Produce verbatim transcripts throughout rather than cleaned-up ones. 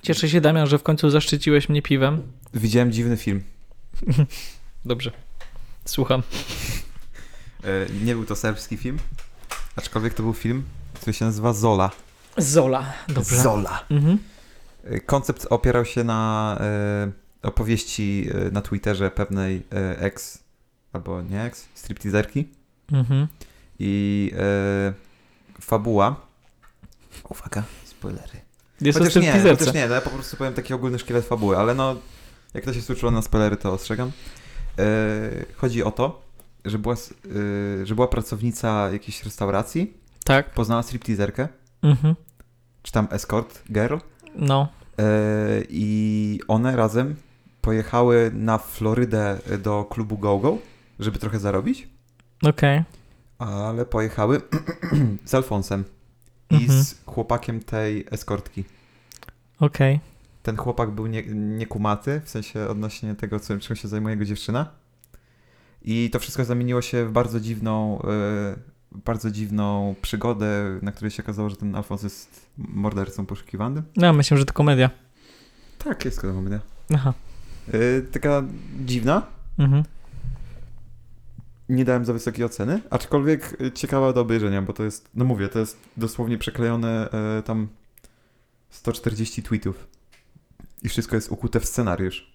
Cieszę się, Damian, że w końcu zaszczyciłeś mnie piwem. Widziałem dziwny film. Dobrze. Słucham. Nie był to serbski film, aczkolwiek to był film, który się nazywa Zola. Zola, dobrze. Zola. Mhm. Koncept opierał się na e, opowieści na Twitterze pewnej e, ex, albo nie ex, stripteaserki. Mhm. I e, fabuła. Uwaga, spoilery. Jest chociaż o nie, stripteaserce. chociaż nie, no ja po prostu powiem taki ogólny szkielet fabuły, ale no, jak ktoś jest uczulony na spoilery, to ostrzegam. E, chodzi o to, że była, e, że była pracownica jakiejś restauracji, Tak. poznała stripteaserkę, Mhm. czy tam escort girl. No. E, I one razem pojechały na Florydę do klubu Go-Go, żeby trochę zarobić. Okej. Okay. Ale pojechały z Alfonsem i Mhm. z chłopakiem tej eskortki. Okej. Okay. Ten chłopak był nie, niekumaty, w sensie odnośnie tego, co, czym się zajmuje jego dziewczyna. I to wszystko zamieniło się w bardzo dziwną, yy, bardzo dziwną przygodę, na której się okazało, że ten Alfons jest mordercą poszukiwanym. No, myślę, że to komedia. Tak, jest to komedia. Aha. Yy, taka dziwna. Mhm. Nie dałem za wysokiej oceny, aczkolwiek ciekawa do obejrzenia, bo to jest, no mówię, to jest dosłownie przeklejone yy, tam sto czterdzieści tweetów. I wszystko jest ukute w scenariusz.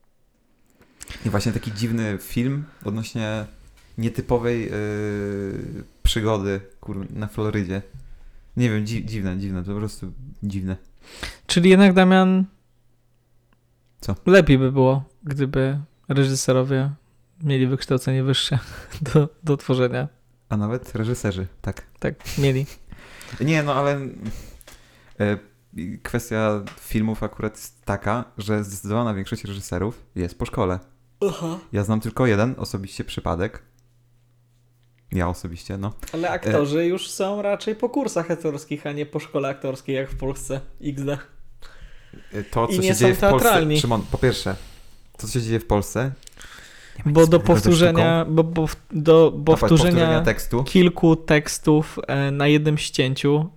I właśnie taki dziwny film odnośnie nietypowej yy, przygody kur, na Florydzie. Nie wiem, dzi- dziwne, dziwne, to po prostu dziwne. Czyli jednak, Damian, co? Lepiej by było, gdyby reżyserowie mieli wykształcenie wyższe do, do tworzenia. A nawet reżyserzy, tak. Tak, mieli. Nie, no ale yy, kwestia filmów akurat jest taka, że zdecydowana większość reżyserów jest po szkole. Aha. Ja znam tylko jeden osobiście przypadek. Ja osobiście, no. Ale aktorzy e... już są raczej po kursach aktorskich, a nie po szkole aktorskiej, jak w Polsce. iks de. To, co I nie się są dzieje w teatralni. Polsce... Szymon, po pierwsze, to, co się dzieje w Polsce... Bo do powtórzenia, bo, bo, do bo powtórzenia, powtórzenia tekstu. kilku tekstów e, na jednym ścięciu.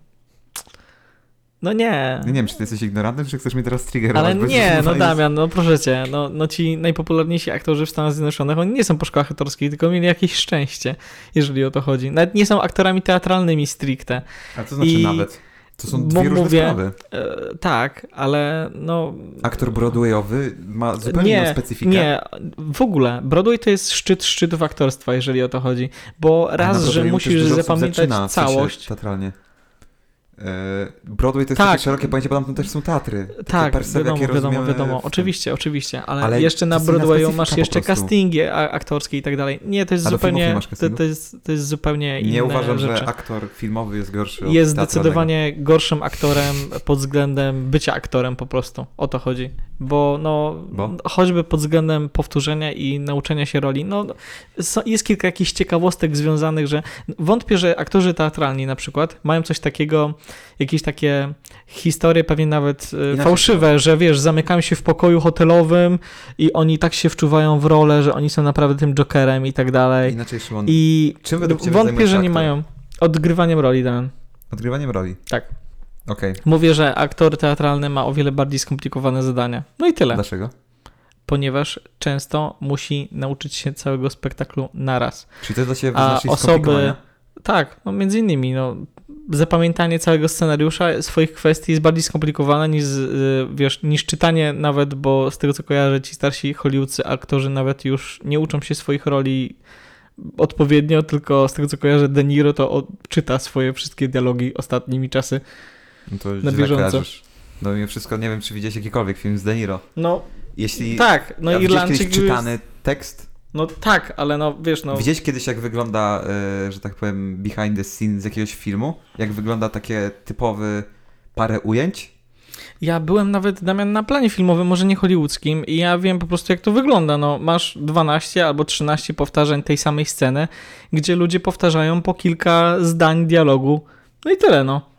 No nie. Nie wiem, czy ty jesteś ignorantem, czy chcesz mi teraz triggerować? Ale nie, no Damian, no proszę cię, no, no ci najpopularniejsi aktorzy w Stanach Zjednoczonych, oni nie są po szkołach aktorskich, tylko mieli jakieś szczęście, jeżeli o to chodzi. Nawet nie są aktorami teatralnymi stricte. A co znaczy I... nawet? To są dwie różne mówię, sprawy. E, tak, ale no... Aktor broadwayowy ma zupełnie nie, inną specyfikę. Nie, w ogóle. Broadway to jest szczyt szczytów aktorstwa, jeżeli o to chodzi. Bo raz, że musisz zapamiętać zaczyna, całość... W sensie teatralnie. Broadway to jest tak. takie szerokie pojęcie, bo tam też są teatry. Tak, wiadomo, wiadomo, wiadomo. Oczywiście, oczywiście, ale, ale jeszcze na Broadwayu masz jeszcze castingi aktorskie i tak dalej. Nie, to jest A zupełnie to, to, jest, to jest zupełnie inne Nie uważam, rzeczy. że aktor filmowy jest gorszy od Jest zdecydowanie gorszym aktorem pod względem bycia aktorem po prostu. O to chodzi. Bo no, bo? choćby pod względem powtórzenia i nauczenia się roli, no jest kilka jakichś ciekawostek związanych, że wątpię, że aktorzy teatralni na przykład mają coś takiego, jakieś takie historie pewnie nawet Inaczej fałszywe, to. że wiesz, zamykają się w pokoju hotelowym i oni tak się wczuwają w rolę, że oni są naprawdę tym Jokerem i tak dalej. Inaczej, Szymon, I czym według ciebie wątpię, że nie aktor? mają odgrywaniem roli, Damian. Odgrywaniem roli? Tak. Okay. Mówię, że aktor teatralny ma o wiele bardziej skomplikowane zadania. No i tyle. Dlaczego? Ponieważ często musi nauczyć się całego spektaklu naraz. Czyli to jest dla ciebie A wyznacznik osoby, tak, no między innymi, no zapamiętanie całego scenariusza, swoich kwestii jest bardziej skomplikowane niż, wiesz, niż czytanie nawet, bo z tego co kojarzę, ci starsi hollywoodscy aktorzy nawet już nie uczą się swoich roli odpowiednio, tylko z tego co kojarzę, De Niro to czyta swoje wszystkie dialogi ostatnimi czasy. No to na bieżąco. No i wszystko, nie wiem, czy widziałeś jakikolwiek film z De Niro. No, Jeśli, tak. No Irlandczyk kiedyś czytany jest... tekst? No tak, ale no wiesz, no... Widziałeś kiedyś, jak wygląda, y, że tak powiem, behind the scenes z jakiegoś filmu? Jak wygląda takie typowy parę ujęć? Ja byłem nawet, Damian, na planie filmowym, może nie hollywoodzkim i ja wiem po prostu, jak to wygląda. No, masz dwanaście albo trzynaście powtarzań tej samej sceny, gdzie ludzie powtarzają po kilka zdań dialogu. No i tyle, no.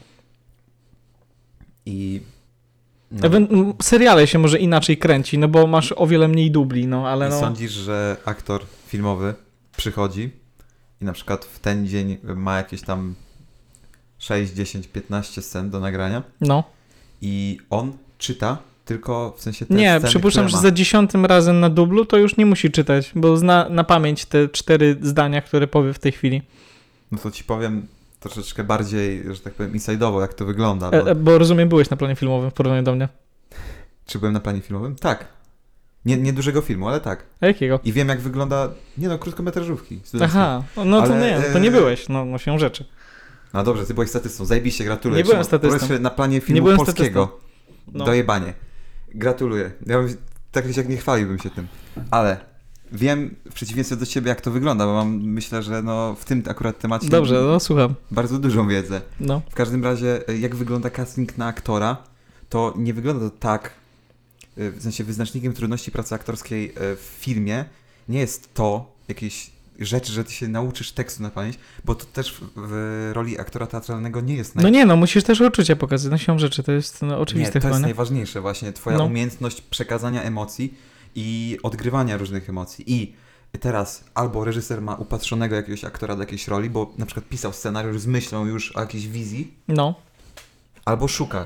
I... No. Ewen- seriale się może inaczej kręci, no bo masz o wiele mniej dubli, no ale I no... sądzisz, że aktor filmowy przychodzi i na przykład w ten dzień ma jakieś tam sześć, dziesięć, piętnaście scen do nagrania? No. I on czyta, tylko w sensie te Nie, sceny, przypuszczam, które że ma. za dziesiątym razem na dublu to już nie musi czytać, bo zna na pamięć te cztery zdania, które powie w tej chwili. No to ci powiem troszeczkę bardziej, że tak powiem, inside'owo, jak to wygląda. Bo... E, e, bo rozumiem, byłeś na planie filmowym w porównaniu do mnie. Czy byłem na planie filmowym? Tak. Nie, nie dużego filmu, ale tak. A jakiego? I wiem, jak wygląda, nie no, krótkometrażówki. studenckie. Aha, no to Ale, nie, to e, nie byłeś, no, no się rzeczy. No dobrze, ty byłeś statystą, zajebiście, gratuluję. Nie byłem Szymon. statystą. Byłeś na planie Nie filmu byłem polskiego. No. Dojebanie. Gratuluję. Ja bym, tak jak nie chwaliłbym się tym. Ale wiem, w przeciwieństwie do ciebie, jak to wygląda, bo mam, myślę, że no w tym akurat temacie Dobrze, no słucham. bardzo dużą wiedzę. No. W każdym razie, jak wygląda casting na aktora, to nie wygląda to tak, w sensie wyznacznikiem trudności pracy aktorskiej w filmie nie jest to jakieś rzeczy, że ty się nauczysz tekstu na pamięć, bo to też w, w roli aktora teatralnego nie jest naj... No nie, no musisz też uczucia pokazać, no siłą rzeczy, to jest no, oczywiste Nie, to chyba, jest nie? najważniejsze właśnie, twoja No. umiejętność przekazania emocji i odgrywania różnych emocji. I teraz albo reżyser ma upatrzonego jakiegoś aktora do jakiejś roli, bo na przykład pisał scenariusz z myślą już o jakiejś wizji, No. albo szuka.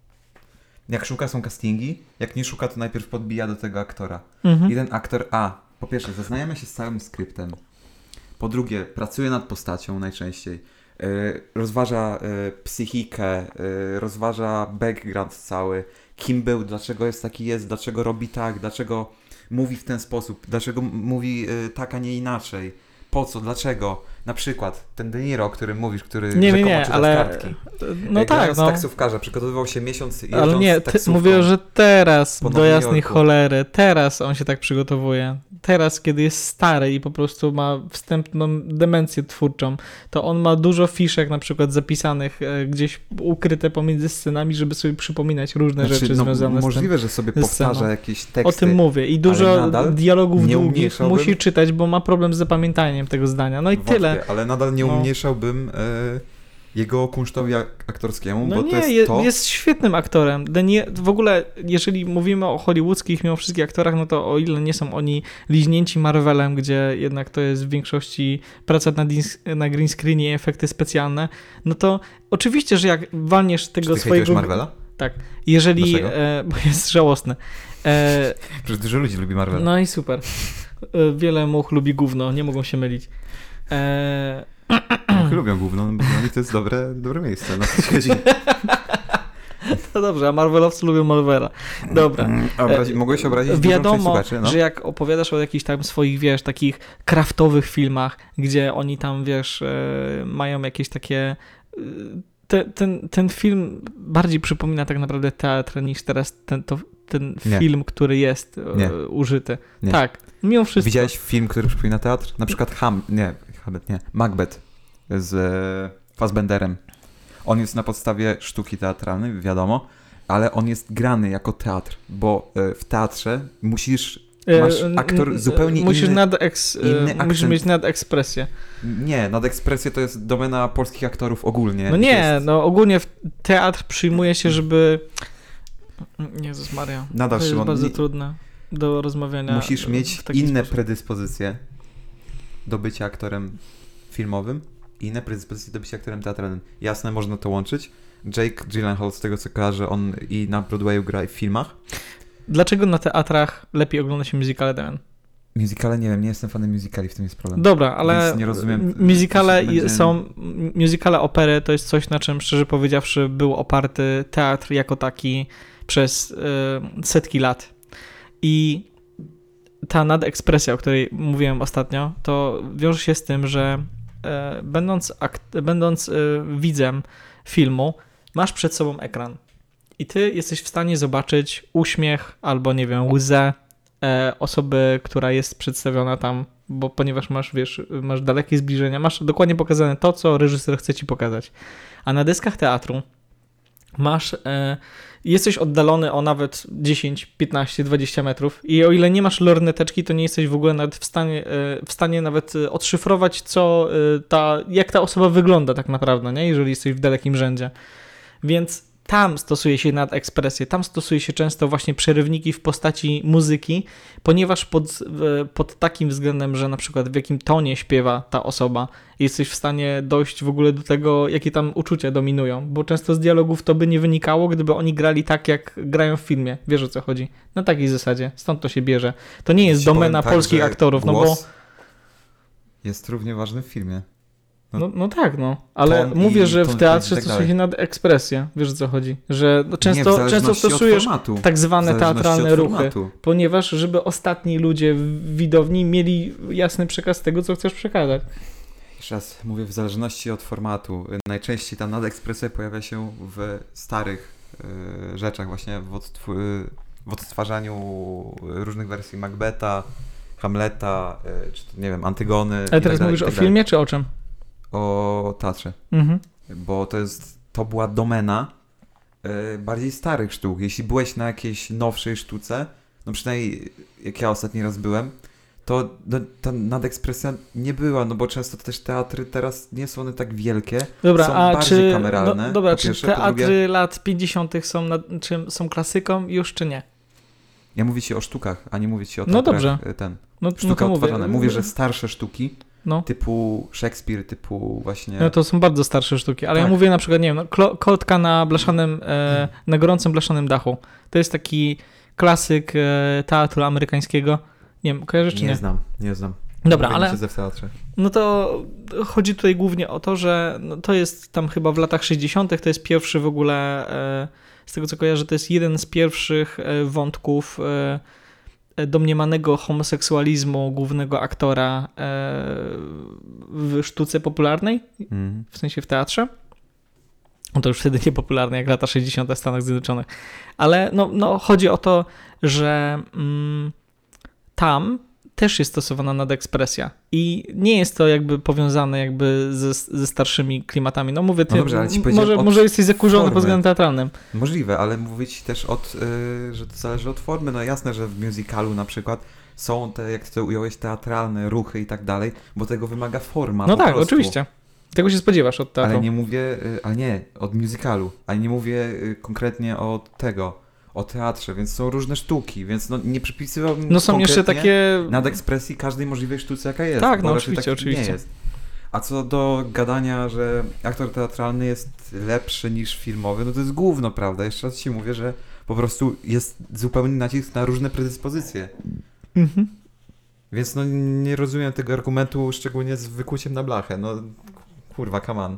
Jak szuka, są castingi, jak nie szuka, to najpierw podbija do tego aktora. Mhm. I ten aktor A, po pierwsze, zaznajomia się z całym skryptem. Po drugie, pracuje nad postacią najczęściej. Yy, rozważa yy, psychikę, yy, rozważa background cały. Kim był, dlaczego jest taki jest, dlaczego robi tak, dlaczego mówi w ten sposób, dlaczego m- mówi yy, tak, a nie inaczej. Po co, dlaczego? Na przykład ten De Niro, o którym mówisz, który Nie, nie, rzekomo nie, czyta ale... z kartki. No Yy, tak, grając no. taksówkarza, przygotowywał się miesiąc jeżdżąc Ale nie, ty, taksówką. mówię, że teraz, po do Nowym jasnej Jorku. cholery, teraz on się tak przygotowuje. Teraz, kiedy jest stary i po prostu ma wstępną demencję twórczą, to on ma dużo fiszek na przykład zapisanych e, gdzieś ukryte pomiędzy scenami, żeby sobie przypominać różne Znaczy, rzeczy no, związane z tym. możliwe, że sobie ze powtarza sceną. jakieś teksty. O tym mówię. I dużo nadal dialogów nie długich umniejszałbym- musi czytać, bo ma problem z zapamiętaniem tego zdania. No i Wątpię, tyle. ale nadal nie No. umniejszałbym e, jego kunsztowi ak- aktorskiemu, No bo nie, to jest je, to... jest świetnym aktorem. De Nie, w ogóle, jeżeli mówimy o hollywoodzkich mimo wszystkich aktorach, no to o ile nie są oni liźnięci Marvelem, gdzie jednak to jest w większości praca na, dis- na green screenie i efekty specjalne, no to oczywiście, że jak walniesz Czy tego ty swojego... swojego... Marvela? Tak. Jeżeli... Dlaczego? E, bo jest żałosny. E, Przecież dużo ludzi lubi Marvela. no i super. E, wiele much lubi gówno, nie mogą się mylić. E, Muchy lubią gówno, no bo dla nich to jest dobre, dobre miejsce. No, co chodzi. no dobrze, a Marvelowcy lubią Marvela. Dobra. A obrazi- mogłeś się obrazić dużą część Wiadomo, słuchaczy, no? że jak opowiadasz o jakichś tam swoich, wiesz, takich kraftowych filmach, gdzie oni tam, wiesz, e, mają jakieś takie... e, Te, ten, ten film bardziej przypomina tak naprawdę teatr niż teraz ten, to, ten Nie. film, który jest e, Nie. użyty. Nie. Tak, mimo wszystko. Widziałeś film, który przypomina teatr? Na przykład Ham... Nie, Hamlet nie. Macbeth z e, Fassbenderem. On jest na podstawie sztuki teatralnej, wiadomo, ale on jest grany jako teatr, bo e, w teatrze musisz... Masz E, aktor n- zupełnie musisz inny... Nadeks, e, inny musisz akcent. mieć nadekspresję. Nie, nadekspresja to jest domena polskich aktorów ogólnie. No I nie, to jest... no ogólnie w teatr przyjmuje się, żeby... Jezus Maria, Nadal, to jest Szymon, bardzo nie- trudne do rozmawiania. Musisz w mieć taki inne sposób. predyspozycje do bycia aktorem filmowym i inne predyspozycje do bycia aktorem teatralnym. Jasne, można to łączyć. Jake Gyllenhaal, z tego co kojarzę, on i na Broadwayu gra i w filmach. Dlaczego na teatrach lepiej ogląda się musicale, Damian? Musicale, nie wiem, nie jestem fanem musicali, w tym jest problem. Dobra, ale Więc nie rozumiem, m- musicale czy będzie- są, musicale opery to jest coś, na czym szczerze powiedziawszy był oparty teatr jako taki przez y, setki lat. I ta nadekspresja, o której mówiłem ostatnio, to wiąże się z tym, że y, będąc, akt- będąc y, widzem filmu, masz przed sobą ekran i ty jesteś w stanie zobaczyć uśmiech albo, nie wiem, łzę e, osoby, która jest przedstawiona tam, bo ponieważ masz, wiesz, masz dalekie zbliżenia, masz dokładnie pokazane to, co reżyser chce ci pokazać. A na deskach teatru masz, e, jesteś oddalony o nawet dziesięć, piętnaście, dwadzieścia metrów i o ile nie masz lorneteczki, to nie jesteś w ogóle nawet w stanie, e, w stanie nawet e, odszyfrować, co e, ta, jak ta osoba wygląda tak naprawdę, nie? Jeżeli jesteś w dalekim rzędzie. Więc tam stosuje się nadekspresję, tam stosuje się często właśnie przerywniki w postaci muzyki, ponieważ pod, pod takim względem, że na przykład w jakim tonie śpiewa ta osoba, jesteś w stanie dojść w ogóle do tego, jakie tam uczucia dominują, bo często z dialogów to by nie wynikało, gdyby oni grali tak, jak grają w filmie. Wiesz, o co chodzi? Na takiej zasadzie. Stąd to się bierze. To nie jest Ci powiem domena tak, polskich że aktorów, no bo... głos jest równie ważny w filmie. No, No, no tak, no. Ale ton mówię, i- że ton w teatrze i tak stosuje się nadekspresję. Wiesz, o co chodzi? Że no, nie, w często, często zależności od stosujesz formatu. tak W zwane zależności teatralne od ruchy, formatu. ponieważ żeby ostatni ludzie w- widowni mieli jasny przekaz tego, co chcesz przekazać. Jeszcze raz mówię, w zależności od formatu. Najczęściej ta nadekspresja pojawia się w starych y, rzeczach, właśnie w, odtw- y, w odtwarzaniu różnych wersji Macbeta, Hamleta, y, czy to, nie wiem, Antygony. Ale i tak teraz dalej, mówisz i o tak dalej. filmie, czy o czym? O teatrze. Mhm. Bo to jest, to była domena y, bardziej starych sztuk. Jeśli byłeś na jakiejś nowszej sztuce, no przynajmniej jak ja ostatni raz byłem, to no, ta nadekspresja nie była, no bo często też teatry teraz nie są one tak wielkie, Dobra, są a bardziej czy, kameralne. no, dobra, po czy pierwsze, po teatry drugie, lat pięćdziesiątych są, na, czy są klasyką już, czy nie? ja mówię ci o sztukach, a nie mówię ci o No teatrach, dobrze. y, ten, No, no sztuka to mówię. odtwarzane. Mówię, że starsze sztuki, No. typu Szekspir, typu właśnie... No to są bardzo starsze sztuki, ale ja Tak. mówię na przykład, nie wiem, no, klo- kotka na blaszanym, e, na gorącym blaszanym dachu. To jest taki klasyk e, teatru amerykańskiego. Nie wiem, kojarzysz czy nie nie? znam, nie znam. Dobra, Mówię, ale nie siedzę w teatrze. no to chodzi tutaj głównie o to, że no to jest tam chyba w latach sześćdziesiątych, to jest pierwszy w ogóle, e, z tego co kojarzę, to jest jeden z pierwszych e, wątków e, e, domniemanego homoseksualizmu głównego aktora e, w sztuce popularnej, Mhm. w sensie w teatrze. No to już wtedy niepopularne jak lata sześćdziesiąte w Stanach Zjednoczonych. Ale no, no chodzi o to, że mm, tam też jest stosowana nadekspresja i nie jest to jakby powiązane jakby ze, ze starszymi klimatami. No mówię, ty, No dobrze, ale ci powiedziałem może, od może jesteś zakurzony formy. pod względem teatralnym. Możliwe, ale mówić też od, y, że to zależy od formy. No jasne, że w musicalu na przykład są te, jak ty to ująłeś, teatralne ruchy i tak dalej, bo tego wymaga forma. No po tak, prostu. oczywiście. Tego się spodziewasz od teatru. Ale nie mówię, y, ale nie, od musicalu, ale nie mówię y, konkretnie od tego, o teatrze, więc są różne sztuki, więc no nie przypisywałbym No są jeszcze konkretnie takie... nadekspresji każdej możliwej sztuce, jaka jest. Tak, bo no raczej oczywiście, tak oczywiście. Nie jest. A co do gadania, że aktor teatralny jest lepszy niż filmowy, no to jest gówno, prawda? Jeszcze raz ci mówię, że po prostu jest zupełny nacisk na różne predyspozycje. Mhm. Więc no nie rozumiem tego argumentu, szczególnie z wykuciem na blachę. No kurwa, come on.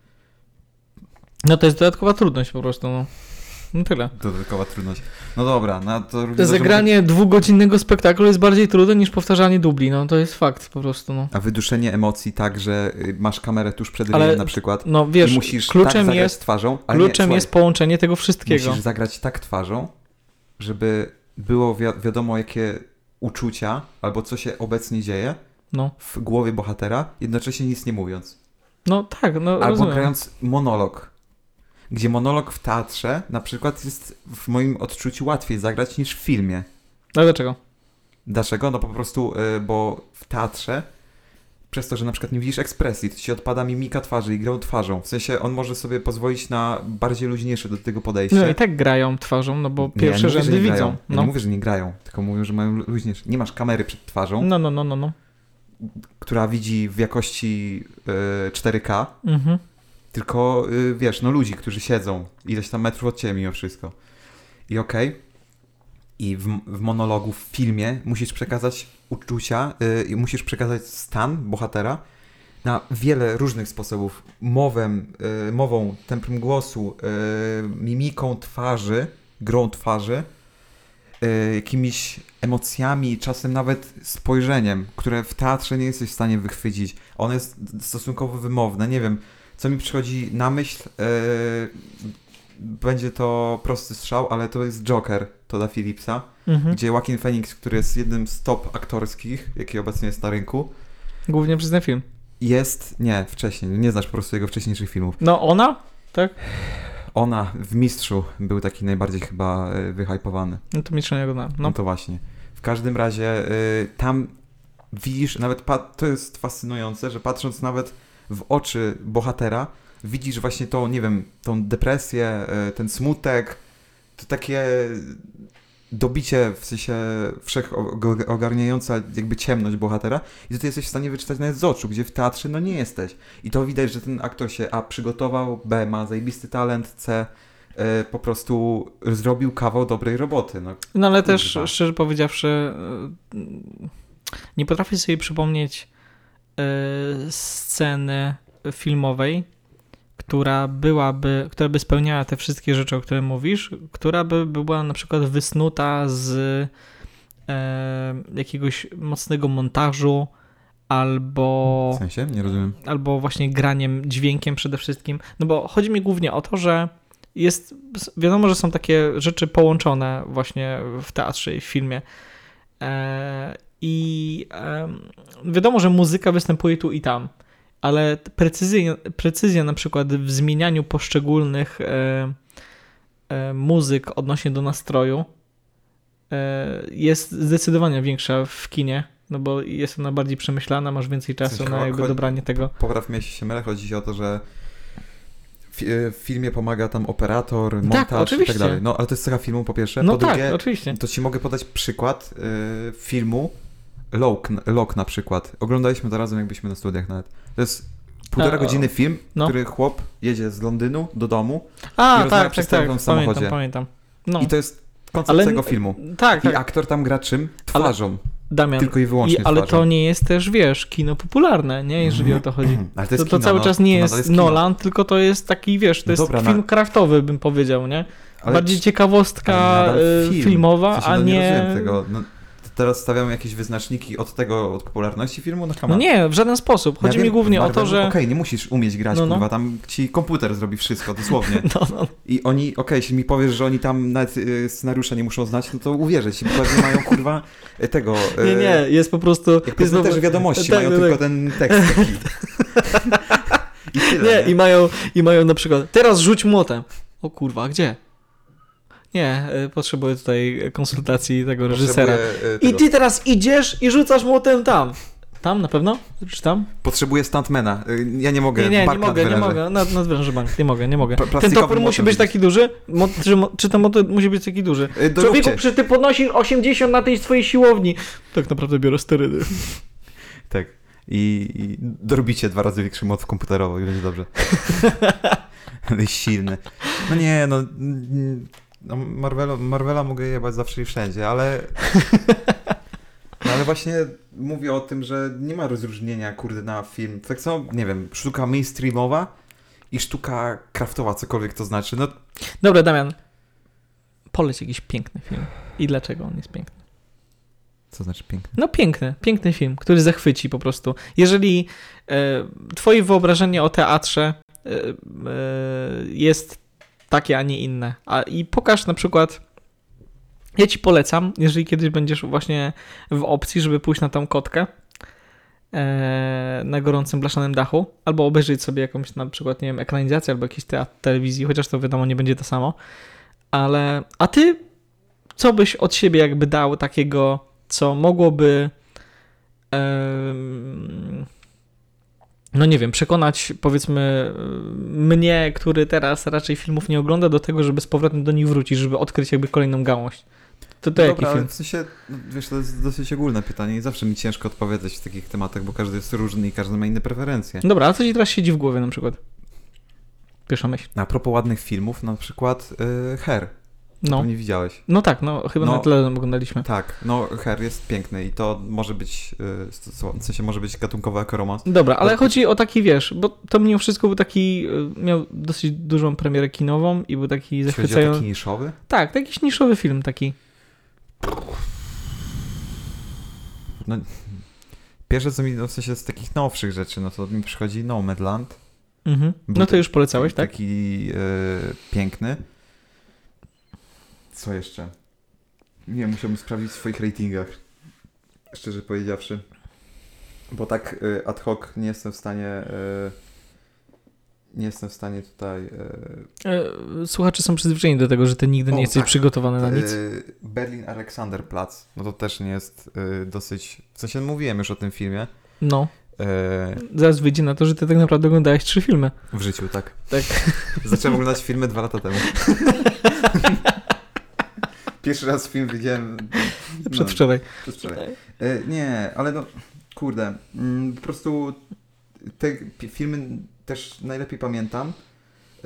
No to jest dodatkowa trudność po prostu, no. No tyle. Dodatkowa trudność. No dobra, no to równie dobrze Zagranie dwugodzinnego spektaklu jest bardziej trudne niż powtarzanie dubli, no to jest fakt po prostu, no. A wyduszenie emocji tak, że y, masz kamerę tuż przed Ale- ryjem na przykład No wiesz, i musisz kluczem tak zagrać jest, twarzą, ale kluczem nie, słuchaj, jest połączenie tego wszystkiego. musisz zagrać tak twarzą, żeby było wi- wiadomo jakie uczucia albo co się obecnie dzieje No, w głowie bohatera, jednocześnie nic nie mówiąc. no tak, no Albo rozumiem. grając monolog. Gdzie monolog w teatrze na przykład jest w moim odczuciu łatwiej zagrać niż w filmie. Ale dlaczego? Dlaczego? No po prostu, y, bo w teatrze przez to, że na przykład nie widzisz ekspresji, to ci odpada mimika twarzy i grą twarzą. W sensie on może sobie pozwolić na bardziej luźniejsze do tego podejście. No i tak grają twarzą, no bo Nie, ja pierwsze nie mówię, że rzędy nie grają. widzą. Ja No. nie mówię, że nie grają, tylko mówię, że mają luźniejsze. Nie masz kamery przed twarzą, no, no, no, no, no. która widzi w jakości y, cztery K, Mhm. tylko y, wiesz, no ludzi, którzy siedzą ileś tam metrów od ciebie mimo wszystko. I okej. I w, w monologu, w filmie musisz przekazać uczucia y, i musisz przekazać stan bohatera na wiele różnych sposobów. Mowem, y, mową, temprem głosu, y, mimiką twarzy, grą twarzy, y, jakimiś emocjami, czasem nawet spojrzeniem, które w teatrze nie jesteś w stanie wychwycić. One jest stosunkowo wymowne. Nie wiem, co mi przychodzi na myśl, yy, będzie to prosty strzał, ale to jest Joker Todda Phillipsa, Mhm. gdzie Joaquin Phoenix, który jest jednym z top aktorskich, jaki obecnie jest na rynku, Głównie przez ten film. jest, nie, wcześniej, nie znasz po prostu jego wcześniejszych filmów. No ona? Tak? Ona w Mistrzu był taki najbardziej chyba yy, wyhypowany. No to mistrza nie oglądałem. No No. to właśnie. W każdym razie yy, tam widzisz, nawet pa- to jest fascynujące, że patrząc nawet w oczy bohatera, widzisz właśnie to, nie wiem, tą depresję, y, ten smutek, to takie dobicie, w sensie wszechogarniająca jakby ciemność bohatera i to ty jesteś w stanie wyczytać nawet z oczu, gdzie w teatrze no nie jesteś. I to widać, że ten aktor się A przygotował, B ma zajebisty talent, C y, po prostu zrobił kawał dobrej roboty. No, No ale kurwa. też, szczerze powiedziawszy, y, nie potrafię sobie przypomnieć y, sceny filmowej, która byłaby, która by spełniała te wszystkie rzeczy, o których mówisz, która by była na przykład wysnuta z e, jakiegoś mocnego montażu albo, W sensie? Nie rozumiem. albo właśnie graniem, dźwiękiem przede wszystkim. No bo chodzi mi głównie o to, że jest, wiadomo, że są takie rzeczy połączone właśnie w teatrze i w filmie. E, I e, wiadomo, że muzyka występuje tu i tam. Ale precyzja, precyzja na przykład w zmienianiu poszczególnych e, e, muzyk odnośnie do nastroju e, jest zdecydowanie większa w kinie, no bo jest ona bardziej przemyślana, masz więcej czasu W sensie, na jakby cho- dobranie tego. Popraw mnie, jeśli się mylę, chodzi ci o to, że w, w filmie pomaga tam operator, montaż i oczywiście. tak dalej. No ale to jest cecha filmu po pierwsze. No po tak, drugie, oczywiście. to ci mogę podać przykład y, filmu Lock, Lock na przykład. Oglądaliśmy to razem, jak byliśmy na studiach nawet. To jest półtora A, godziny film, no. który chłop jedzie z Londynu do domu A, i rozmawia tak, przez tak, tak, telefon w samochodzie. pamiętam, pamiętam. No. I to jest koncept Ale- tego filmu. Tak, I tak, aktor tam gra czym? Twarzą. Damian. Tylko i wyłącznie I, ale twarzą. to nie jest też, wiesz, kino popularne, nie? Jeżeli o to chodzi. Ale to To, jest to kino, cały no, czas nie to jest, nadal kino. Nolan, tylko to jest taki, wiesz, to No jest dobra, film na- craftowy, bym powiedział, nie? Ale Bardziej czy- ciekawostka ale nadal y, film. filmowa, W sensie, a no, nie... nie rozumiem tego. No, teraz stawiamy jakieś wyznaczniki od tego, od popularności filmu? No, come No on. nie, w żaden sposób. Chodzi Ja mi wiem, głównie o Marvel, to, że... Okej, nie musisz umieć grać, No, no. kurwa, tam ci komputer zrobi wszystko, dosłownie. No, no. I oni, okej, jeśli mi powiesz, że oni tam nawet y, scenariusza nie muszą znać, no to uwierzę ci, bo pewnie mają, kurwa, y, tego... Y, Nie, nie, jest po prostu... Jak jest prezenterzy wiadomości, tak, mają tak, tylko tak. ten tekst taki. I tyle, Nie, nie? i mają, i mają na przykład, teraz rzuć młotem. O kurwa, gdzie? Nie, y, potrzebuję tutaj konsultacji tego reżysera. Potrzebuję, y, I tego. ty teraz idziesz i rzucasz młotem tam. Tam na pewno? Czy tam? Potrzebuję stuntmana. Y, Ja nie mogę. Nie, nie, nie bark mogę, nie nadwyrężę. mogę. Nad, nadwyrężę bank, nie mogę, nie mogę. Pra- Ten plastikowy topór musi młotem być widzisz. taki duży? Mo, czy, mo- czy ten motor musi być taki duży? Y, Człowieku, doróbcie. przecież ty podnosisz osiemdziesiąt na tej swojej siłowni. Tak naprawdę biorę sterydy. Tak. I, I dorobicie dwa razy większy moc komputerowo i będzie dobrze. Ale jest silny. No nie, no... mm, no Marvela, Marvela mogę jebać zawsze i wszędzie, ale... No ale właśnie mówię o tym, że nie ma rozróżnienia, kurde, na film. Tak samo, nie wiem, sztuka mainstreamowa i sztuka craftowa, cokolwiek to znaczy. No Dobra, Damian. Poleć jakiś piękny film. I dlaczego on jest piękny? co znaczy piękne? No piękny, piękny film, który zachwyci po prostu. Jeżeli e, twoje wyobrażenie o teatrze e, e, jest takie, a nie inne, a i pokaż na przykład, ja ci polecam, jeżeli kiedyś będziesz właśnie w opcji, żeby pójść na tą kotkę e, na gorącym blaszanym dachu, albo obejrzeć sobie jakąś na przykład, nie wiem, ekranizację albo jakiś teatr telewizji, chociaż to wiadomo, nie będzie to samo, ale a ty co byś od siebie jakby dał takiego, co mogłoby em, no nie wiem, przekonać powiedzmy mnie, który teraz raczej filmów nie ogląda, do tego, żeby z powrotem do nich wrócić, żeby odkryć jakby kolejną gałąź. To to No jaki dobra, ale film? w sensie, no, wiesz, to jest dosyć ogólne pytanie i zawsze mi ciężko odpowiadać w takich tematach, bo każdy jest różny i każdy ma inne preferencje. Dobra, a co ci teraz siedzi w głowie na przykład? Pierwsza myśl. A propos ładnych filmów, na przykład y, Her. No. To nie widziałeś. No tak, no chyba No. na tyle oglądaliśmy. Tak, no Her jest piękny i to może być, y, w sensie może być gatunkowy jako romans. Dobra, ale Bo- chodzi o taki, wiesz, bo to mimo wszystko był taki, y, miał dosyć dużą premierę kinową i był taki Jeśli chodzi o zachwycający. taki niszowy? Tak, to jakiś niszowy film taki. No, pierwsze co mi, no, w sensie z takich nowszych rzeczy, no to mi przychodzi Nomadland. Mhm. Był No to taki- już polecałeś, tak? Taki y, piękny. Co jeszcze? Nie wiem, musiałbym sprawdzić w swoich ratingach. Szczerze powiedziawszy. Bo tak y, ad hoc nie jestem w stanie... Y, nie jestem w stanie tutaj... Y, E, Słuchacze są przyzwyczajeni do tego, że ty nigdy O, nie jesteś tak. przygotowany na nic. y, Berlin Alexanderplatz. No to też nie jest y, dosyć... W sensie mówiłem już o tym filmie. No. E, Zaraz wyjdzie na to, że ty tak naprawdę oglądałeś trzy filmy. w życiu, tak. Tak. Zacząłem oglądać filmy dwa lata temu. Pierwszy raz film widziałem... No, Przedwczoraj. przedwczoraj. E, nie, ale no, kurde, mm, po prostu te pi- filmy też najlepiej pamiętam. E,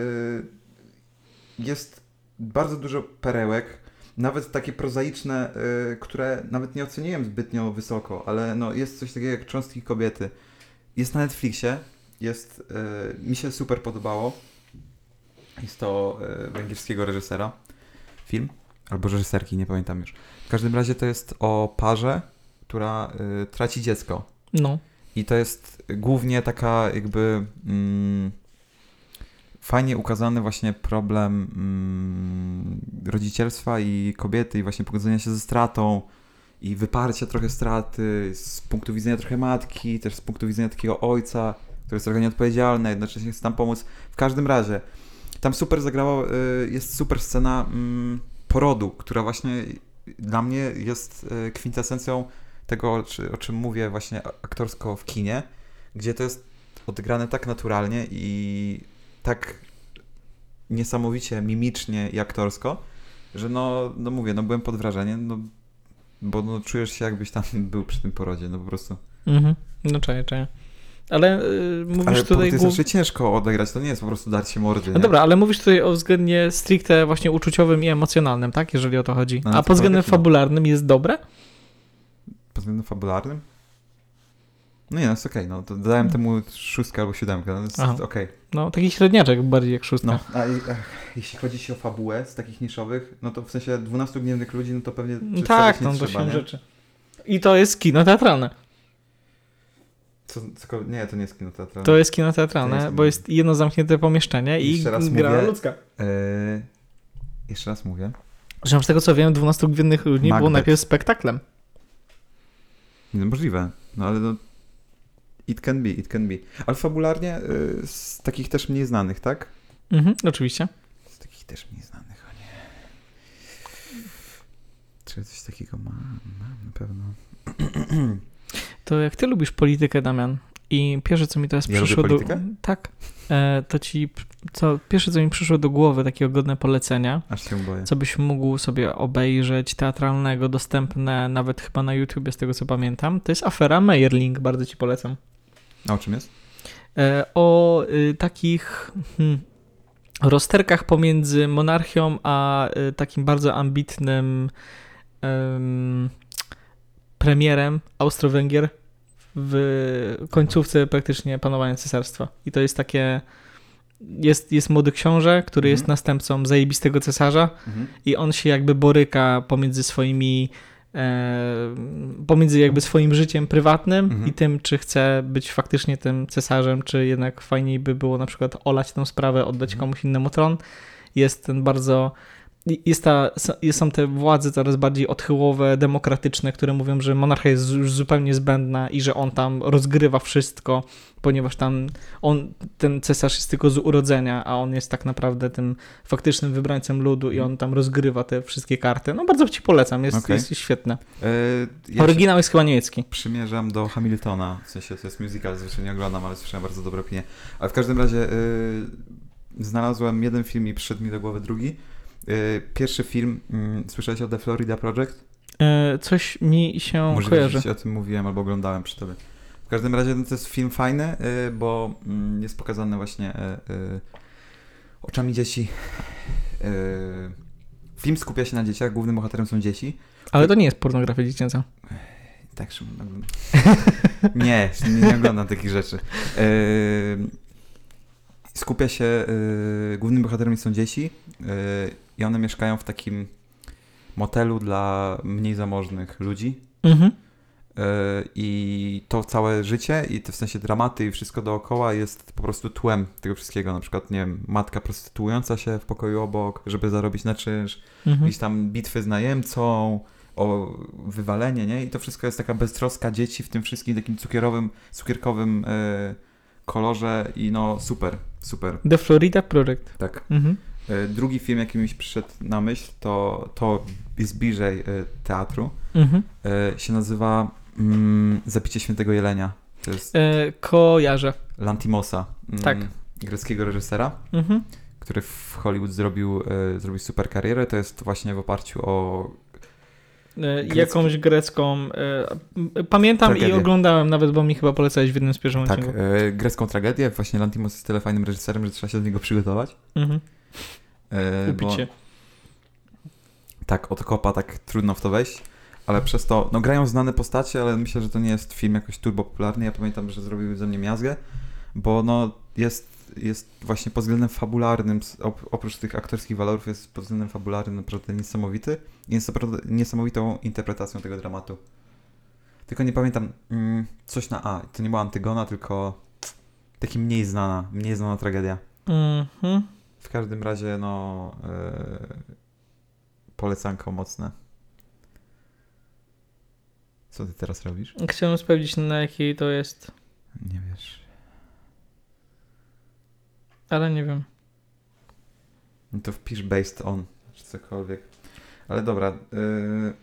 jest bardzo dużo perełek, nawet takie prozaiczne, y, które nawet nie oceniłem zbytnio wysoko, ale no, jest coś takiego jak Cząstki kobiety. Jest na Netflixie, jest, y, mi się super podobało. Jest to y, węgierskiego reżysera film, albo reżyserki, nie pamiętam już. W każdym razie to jest o parze, która y, traci dziecko. No. I to jest głównie taka jakby... Mm, fajnie ukazany właśnie problem mm, rodzicielstwa i kobiety i właśnie pogodzenia się ze stratą i wyparcia trochę straty z punktu widzenia trochę matki, też z punktu widzenia takiego ojca, który jest trochę nieodpowiedzialny, jednocześnie chce tam pomóc. W każdym razie, tam super zagrało, y, jest super scena y, porodu, która właśnie dla mnie jest y, kwintesencją tego, czy, o czym mówię właśnie aktorsko w kinie, gdzie to jest odegrane tak naturalnie i tak niesamowicie mimicznie i aktorsko, że no, no mówię, no byłem pod wrażeniem, no, bo no, czujesz się jakbyś tam był przy tym porodzie, no po prostu. Mhm. No czaję, czaję. Ale yy, mówisz Ale tutaj... to jest głów- jeszcze ciężko odegrać, to nie jest po prostu darcie mordy, No nie? dobra, ale mówisz tutaj o względnie stricte właśnie uczuciowym i emocjonalnym, tak? Jeżeli o to chodzi. No, A to pod względem prawda, no. fabularnym jest dobre? Pod względem fabularnym? No nie, no jest okej, no to dałem temu szóstkę albo siódemkę, no jest Aha. okej. No, taki średniaczek bardziej jak szóstka. No, a i- ach, jeśli chodzi się o fabułę z takich niszowych, no to w sensie dwunastu gniewnych ludzi, no to pewnie No przedstawiać tak, nie no to trzeba, się nie? rzeczy. I to jest kino teatralne. Co, co, nie, to nie jest kino teatralne. To jest kino teatralne, To jest- bo jest jedno zamknięte pomieszczenie i Jeszcze raz gra mówię. ludzka. Eee, jeszcze raz mówię. Zresztą z tego co wiem, dwunastu gwiewnych ludzi było Macbeth. najpierw spektaklem. Nie, możliwe, no ale no it can be, it can be. Ale fabularnie y, z takich też mniej znanych, tak? Mhm, oczywiście. Z takich też mniej znanych, o nie. Czy ja coś takiego mam? Mam na pewno. To jak ty lubisz politykę, Damian, i pierwsze co mi teraz Ja lubię przyszło do... politykę? Tak. E, to ci... Co, pierwsze co mi przyszło do głowy, takiego godne polecenia, Aż się boję. co byś mógł sobie obejrzeć teatralnego, dostępne nawet chyba na YouTubie, z tego co pamiętam, to jest afera Meyerling, bardzo ci polecam. A o czym jest? E, o y, takich hmm, rozterkach pomiędzy monarchią a y, takim bardzo ambitnym ym, premierem Austro-Węgier w końcówce praktycznie panowania cesarstwa. I to jest takie... Jest, jest młody książę, który Mhm. jest następcą zajebistego cesarza Mhm. i on się jakby boryka pomiędzy swoimi e, pomiędzy jakby swoim życiem prywatnym Mhm. i tym, czy chce być faktycznie tym cesarzem, czy jednak fajniej by było na przykład olać tę sprawę, oddać Mhm. komuś innemu tron. Jest ten bardzo... Jest ta, są te władze coraz bardziej odchyłowe, demokratyczne, które mówią, że monarchia jest już zupełnie zbędna i że on tam rozgrywa wszystko, ponieważ tam on, ten cesarz jest tylko z urodzenia, a on jest tak naprawdę tym faktycznym wybrańcem ludu i on tam rozgrywa te wszystkie karty. No bardzo ci polecam, jest, Okej. jest świetne. E, ja się Oryginał jest chyba niemiecki. przymierzam do Hamiltona, w sensie to jest musical, zresztą nie oglądam, ale słyszałem bardzo dobre opinie. Ale w każdym razie y, znalazłem jeden film i przyszedł mi do głowy drugi. Y, pierwszy film, y, słyszałeś o The Florida Project? E, coś mi się Możliwe, kojarzy. że ci o tym mówiłem albo oglądałem przy tobie. W każdym razie no, to jest film fajny, y, bo y, jest pokazany właśnie y, y, oczami dzieci. Y, film skupia się na dzieciach, głównym bohaterem są dzieci. Ale to nie jest pornografia dziecięca. Tak, Szymon, oglądam. Nie, nie, nie oglądam takich rzeczy. Yy, skupia się, yy, głównymi bohaterami są dzieci yy, i one mieszkają w takim motelu dla mniej zamożnych ludzi. Mhm. Yy, I to całe życie i to w sensie dramaty i wszystko dookoła jest po prostu tłem tego wszystkiego. Na przykład, nie wiem, matka prostytuująca się w pokoju obok, żeby zarobić na czynsz, Mhm. jakieś tam bitwy z najemcą, o wywalenie, nie? I to wszystko jest taka beztroska dzieci w tym wszystkim takim cukierowym, cukierkowym e, kolorze i no super, super. The Florida Project. Tak. Mhm. E, drugi film, jaki mi przyszedł na myśl, to, to jest bliżej e, teatru. Mhm. E, się nazywa mm, Zabicie Świętego Jelenia. To jest E, kojarzę. Lantimosa, mm, Tak. greckiego reżysera, Mhm. który w Hollywood zrobił, e, zrobił super karierę. To jest właśnie w oparciu o... E, Grecki- Jakąś grecką... E, pamiętam Tragedię. i oglądałem nawet, bo mi chyba polecałeś w jednym z pierwszych Tak, odcinków. e, grecką tragedię. Właśnie Lantimos jest tyle fajnym reżyserem, że trzeba się do niego przygotować. Mhm. E, Upić się. Tak, od kopa tak trudno w to wejść, ale przez to, no grają znane postacie, ale myślę, że to nie jest film jakoś turbo popularny. Ja pamiętam, że zrobił ze mnie miazgę, bo no jest, jest właśnie pod względem fabularnym, op- oprócz tych aktorskich walorów jest pod względem fabularnym naprawdę niesamowity i jest naprawdę niesamowitą interpretacją tego dramatu. Tylko nie pamiętam, mm, coś na A, to nie była Antygona, tylko taki mniej znana, mniej znana tragedia. Mhm. W każdym razie, no, yy, polecanko mocne. Co ty teraz robisz? Chciałem sprawdzić, na jakiej to jest, Nie wiesz. ale nie wiem. No to wpisz based on, czy cokolwiek. Ale dobra. Yy...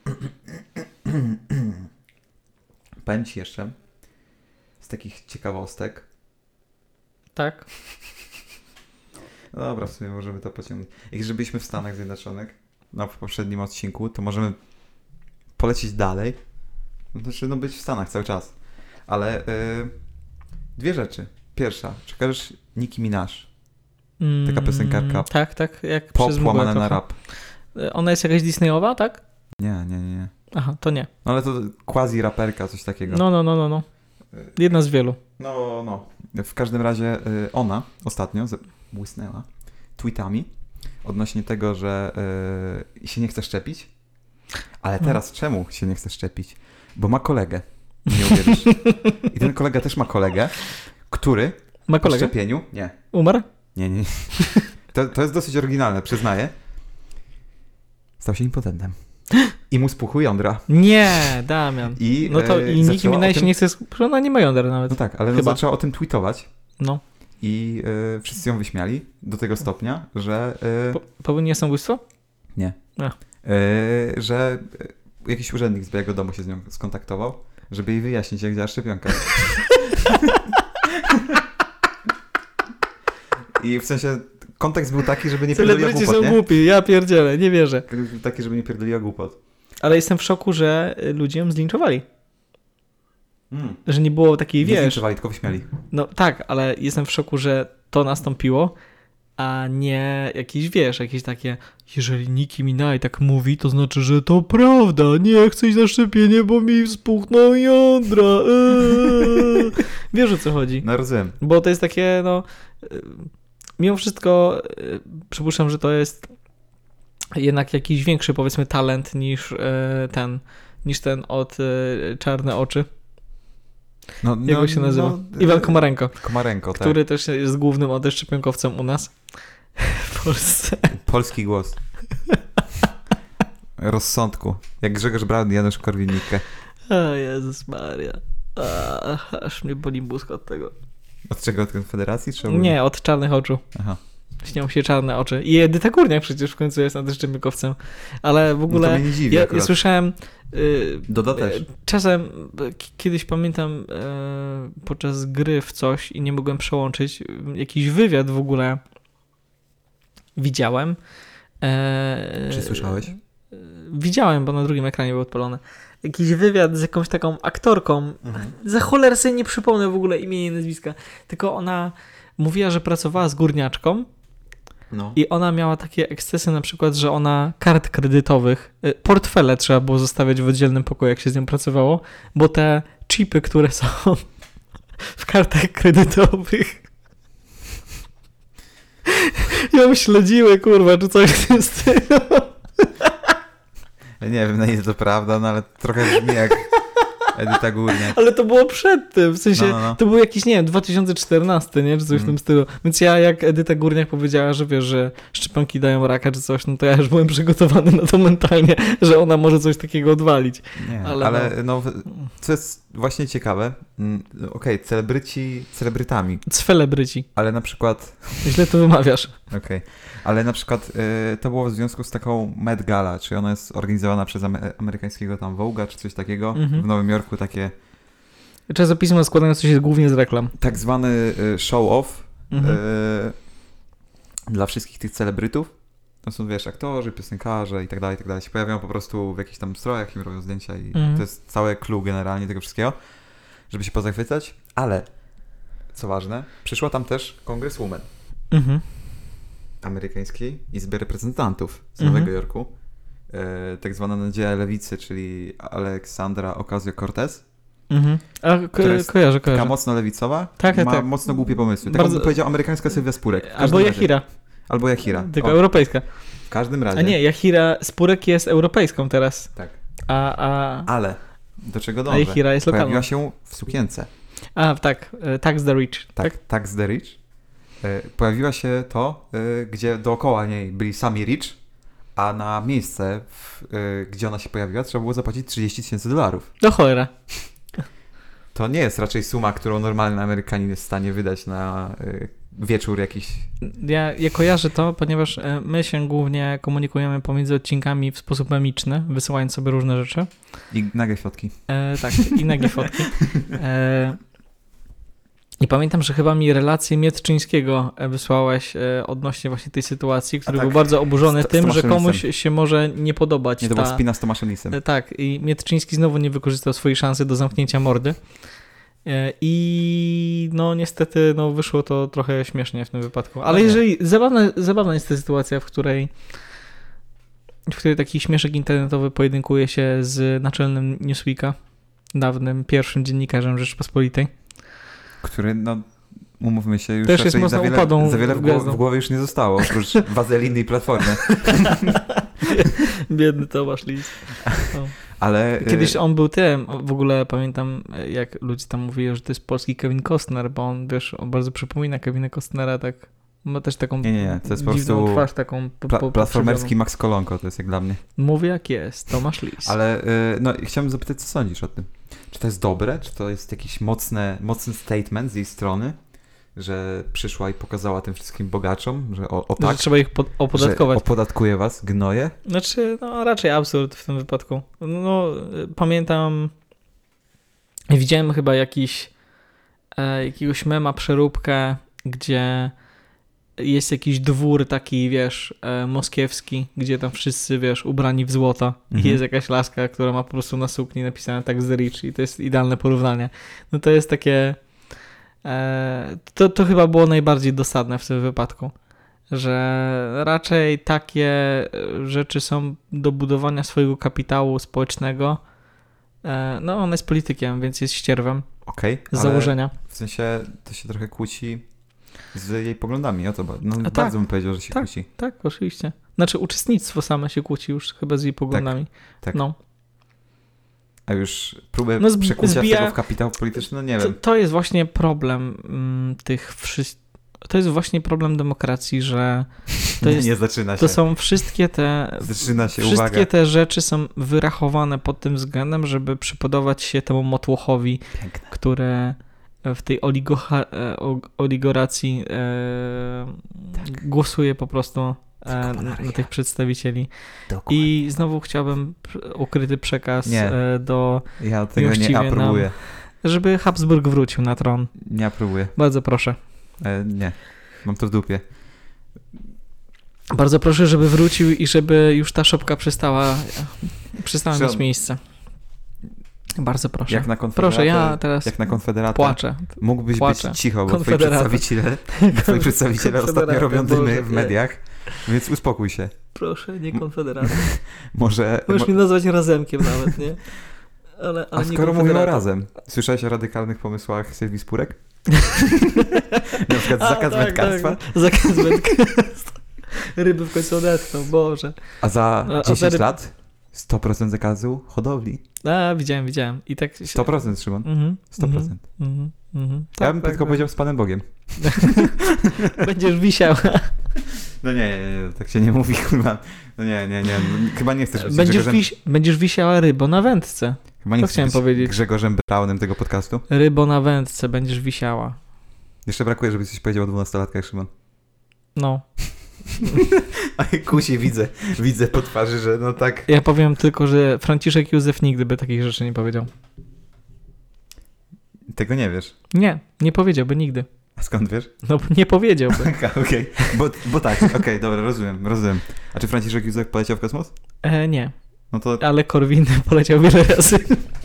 Powiem ci jeszcze z takich ciekawostek. Tak? No dobra, w sumie możemy to pociągnąć. Jak że byliśmy w Stanach Zjednoczonych, no w poprzednim odcinku, to możemy polecieć dalej. Znaczy, no być w Stanach cały czas. Ale yy, dwie rzeczy. Pierwsza, czy kojarzysz Nicki Minaj? Taka piosenkarka. Tak, tak. Jak Pop przez mgłę łamane na trochę. rap. E, Ona jest jakaś Disneyowa, tak? Nie, nie, nie, nie. Aha, to nie. No ale to quasi raperka, coś takiego. No, no, no, no, no. Jedna z wielu. No, no. W każdym razie y, ona ostatnio z- błysnęła tweetami odnośnie tego, że y, się nie chce szczepić. Ale teraz czemu się nie chce szczepić? Bo ma kolegę. Nie uwierzysz. I ten kolega też ma kolegę, który Ma po kolegę? szczepieniu... Nie. Umarł? Nie, nie. To, to jest dosyć oryginalne, przyznaję. Stał się impotentem. I mu spuchły jądra. Nie, Damian. I, No to e, i Nicki zaczęła o Minaj się tym- nie chce... sk- Ona nie ma jąder nawet. No tak, ale no Chyba. zaczęła o tym tweetować. No. I y, wszyscy ją wyśmiali do tego stopnia, że... Y, Po, popełniła samobójstwo? nie. A. Y, że y, jakiś urzędnik z Białego Domu się z nią skontaktował, żeby jej wyjaśnić, jak działa szczepionka. I w sensie kontekst był taki, żeby nie pierdoliła Celebryci głupot, są nie? głupi, ja pierdzielę, nie wierzę. Był taki, żeby nie pierdoliła głupot. Ale jestem w szoku, że y, ludzie ją zlinczowali. Mm. Że nie było takiej, Nie wiesz... zlinczowali, tylko wyśmiali. No tak, ale jestem w szoku, że to nastąpiło, a nie jakieś, wiesz, jakieś takie, jeżeli Nicki Minaj tak mówi, to znaczy, że to prawda, nie chcę iść na szczepienie, bo mi spuchną jądra. Eee. Wiesz, o co chodzi. No rozumiem. Bo to jest takie, no, y, mimo wszystko y, przypuszczam, że to jest jednak jakiś większy, powiedzmy, talent niż y, ten, niż ten od y, Czarne Oczy. No, Jak no, on się nazywa? no, Iwan Komarenko, Komarenko, tak. który też jest głównym odeszczepionkowcem u nas w Polsce. Polski głos. Rozsądku. Jak Grzegorz Braun i Janusz Korwin-Mikke. O Jezus Maria. A, aż mnie boli mózg od tego. Od czego? Od Konfederacji? Czy ogólnie? Nie, od czarnych oczu. Aha. Śnią się czarne oczy. I Edyta Górniak przecież w końcu jest odeszczepionkowcem. Ale w No to ogóle mnie nie dziwi ja, ja akurat. słyszałem... y, Doda też. Czasem, k- kiedyś pamiętam e, podczas gry w coś i nie mogłem przełączyć, jakiś wywiad w ogóle widziałem. E, Czy słyszałeś? e, Widziałem, bo na drugim ekranie był odpalony. Jakiś wywiad z jakąś taką aktorką. Mhm. Za cholerę sobie nie przypomnę w ogóle imienia i nazwiska. Tylko ona mówiła, że pracowała z górniaczką. No. I ona miała takie ekscesy na przykład, że ona kart kredytowych, y, portfele trzeba było zostawiać w oddzielnym pokoju, jak się z nią pracowało, bo te chipy, które są w kartach kredytowych ją śledziły, kurwa, czy coś w tym stylu. Ja nie wiem, na ile to prawda, no ale trochę brzmi jak Edyta Górniak. Ale to było przed tym, w sensie No, no, no. to był jakiś, nie wiem, dwa tysiące czternasty, nie, czy coś w Mm. tym stylu. Więc ja, jak Edyta Górniak powiedziała, że wiesz, że szczepionki dają raka czy coś, no to ja już byłem przygotowany na to mentalnie, że ona może coś takiego odwalić. Nie, Ale ale, no, w- co jest właśnie ciekawe, mm, okej, celebryci celebrytami, Celebryci. ale na przykład, Źle to wymawiasz. okej, ale na przykład y, to było w związku z taką Met Gala, czyli ona jest organizowana przez ame- amerykańskiego tam Vogue'a, czy coś takiego, Mhm. w Nowym Jorku takie Czasopismo składające się głównie z reklam. Tak zwany y, show-off Mhm. y, dla wszystkich tych celebrytów. To są, wiesz, aktorzy, piosenkarze i tak dalej, i tak dalej. Się pojawiają po prostu w jakichś tam strojach, im robią zdjęcia i Mhm. to jest całe clue generalnie tego wszystkiego, żeby się pozachwycać. Ale, co ważne, przyszła tam też Congresswoman Mhm. amerykańskiej Izby Reprezentantów z Mhm. Nowego Jorku. E, tak zwana nadzieja lewicy, czyli Aleksandra Ocasio-Cortez. Mhm. A ko- Która jest kojarzę, Taka kojarzę. mocno lewicowa, Tak, tak, ma tak. mocno głupie pomysły. Tak Bardzo- bym powiedział amerykańska Sylwia Spurek. W każdym Albo razie. Jahira. Albo Jahira. Tylko O, europejska. w każdym razie. A nie, Jahira Spurek jest europejską teraz. Tak. A, a, Ale, do czego a dążę? Jahira jest lokalna. Pojawiła się w sukience. A, tak. e, Tax the Rich. Tak, Tax the Rich. E, Pojawiła się to, e, gdzie dookoła niej byli sami rich, a na miejsce, w, e, gdzie ona się pojawiła, trzeba było zapłacić trzydzieści tysięcy dolarów. Do cholera. To nie jest raczej suma, którą normalny Amerykanin jest w stanie wydać na e, wieczór jakiś. Ja, ja kojarzę to, ponieważ e, my się głównie komunikujemy pomiędzy odcinkami w sposób memiczny, wysyłając sobie różne rzeczy. I nagie fotki. E, tak, i nagie fotki. E, I pamiętam, że chyba mi relację Mietczyńskiego e, wysłałeś e, odnośnie właśnie tej sytuacji, który tak. był bardzo oburzony Z- z tym, że Tomaszem komuś Lisem. się może nie podobać Nie, to ta... była spina z Tomaszem Lisem. E, Tak, i Mietczyński znowu nie wykorzystał swojej szansy do zamknięcia mordy. E, I no niestety no, wyszło to trochę śmiesznie w tym wypadku. Ale No nie. jeżeli zabawna, zabawna jest ta sytuacja, w której w której taki śmieszek internetowy pojedynkuje się z naczelnym Newsweeka, dawnym pierwszym dziennikarzem Rzeczypospolitej. Który, no, umówmy się, już Też jest raczej mocno za wiele, upadą za wiele w, gwiazdą. głowie, w głowie już nie zostało, oprócz wazeliny i platformy. Biedny Tomasz Lis. No. Ale e, Kiedyś on był tym, w ogóle pamiętam, jak ludzie tam mówili, że to jest polski Kevin Costner, bo on, wiesz, on bardzo przypomina Kevina Costnera, tak, ma też taką Nie, nie, nie, to jest po dziwną prostu twarz, taką po, pla- po, platformerski Max Kolonko, to jest jak dla mnie. Mówię jak jest, Tomasz Lis. Ale e, no, i chciałem zapytać, co sądzisz o tym? Czy to jest dobre? Czy to jest jakiś mocne, mocny statement z jej strony, że przyszła i pokazała tym wszystkim bogaczom, że o, o Że tak, trzeba ich pod, opodatkować. że opodatkuje was, gnoje? Znaczy, no raczej absurd w tym wypadku. No, y, pamiętam, widziałem chyba jakiś, e, jakiegoś mema, przeróbkę, gdzie jest jakiś dwór taki, wiesz, e, moskiewski, gdzie tam wszyscy, wiesz, ubrani w złoto Mhm. i jest jakaś laska, która ma po prostu na sukni napisane tak z Rich i to jest idealne porównanie. No to jest takie, e, to, to chyba było najbardziej dosadne w tym wypadku, że raczej takie rzeczy są do budowania swojego kapitału społecznego. E, no on jest politykiem, więc jest ścierwem Okej, z ale założenia. w sensie to się trochę kłóci z jej poglądami, o to ba- no, A bardzo tak, bym powiedział, że się tak. kłóci. Tak, oczywiście. Znaczy uczestnictwo same się kłóci już chyba z jej poglądami. tak. No. A już próbę No, zb- przekucia zbija- tego w kapitał polityczny, no nie To, wiem. to jest właśnie problem mm, tych wszystkich. To jest właśnie problem demokracji, że to, jest, nie zaczyna się. to są wszystkie te Zaczyna się, wszystkie uwaga. te rzeczy są wyrachowane pod tym względem, żeby przypodobać się temu motłochowi, Piękne. które w tej oligocha, e, o- oligoracji e, głosuje po prostu e, Tylko na, monarchia. na tych przedstawicieli. Dokładnie. I znowu chciałbym pr- ukryty przekaz Nie. e, do, Ja tego nie miłościwie aprobuję. żeby Habsburg wrócił na tron. Nie aprobuję. Bardzo proszę. E, nie. Mam to w dupie. Bardzo proszę, żeby wrócił i żeby już ta szopka przestała, przestała Że- mieć miejsce. Bardzo proszę. Jak na konfederatę, Proszę, ja teraz jak na konfederatę płaczę. mógłbyś płaczę. być cicho, bo twoi Konfederata. przedstawiciele, twoi przedstawiciele ostatnio Konfederata, robią dymy Boże, w nie. mediach, więc uspokój się. Proszę, nie Konfederata. Może... Możesz mo- mnie nazwać razemkiem nawet, nie? Ale, ale A nie skoro mówimy Konfederatą. razem, słyszałeś o radykalnych pomysłach Sylwii Spurek? Na przykład A, zakaz tak, wędkarstwa? tak, zakaz wędkarstwa. Ryby w końcu odetchną, Boże. A za A- a dziesięć ryb- lat sto procent zakazu hodowli. A, widziałem, widziałem. I tak się... sto procent, Szymon. Mhm, sto procent. Mhm, mhm. Ja Tak, bym tak, tylko tak. powiedział z Panem Bogiem. Będziesz wisiał. No nie, nie, nie, tak się nie mówi, kurwa. No nie, nie, nie, chyba nie chcesz być Będziesz, Grzegorzem, wisi... Będziesz wisiała rybo na wędce. chyba nie to chcesz chciałem być powiedzieć. Grzegorzem Braunem tego podcastu. Rybo na wędce, będziesz wisiała. Jeszcze brakuje, żebyś coś powiedział o dwunastolatkach, Szymon. No. A kusi, widzę, widzę po twarzy, że no tak. Ja powiem tylko, że Franciszek Józef nigdy by takich rzeczy nie powiedział. Tego nie wiesz. Nie, nie powiedziałby nigdy. A skąd wiesz? No nie powiedziałby. Okej, okay. bo, bo tak, okej, okay, dobra, rozumiem, rozumiem. A czy Franciszek Józef poleciał w kosmos? E, nie, No to ale Korwin poleciał wiele razy.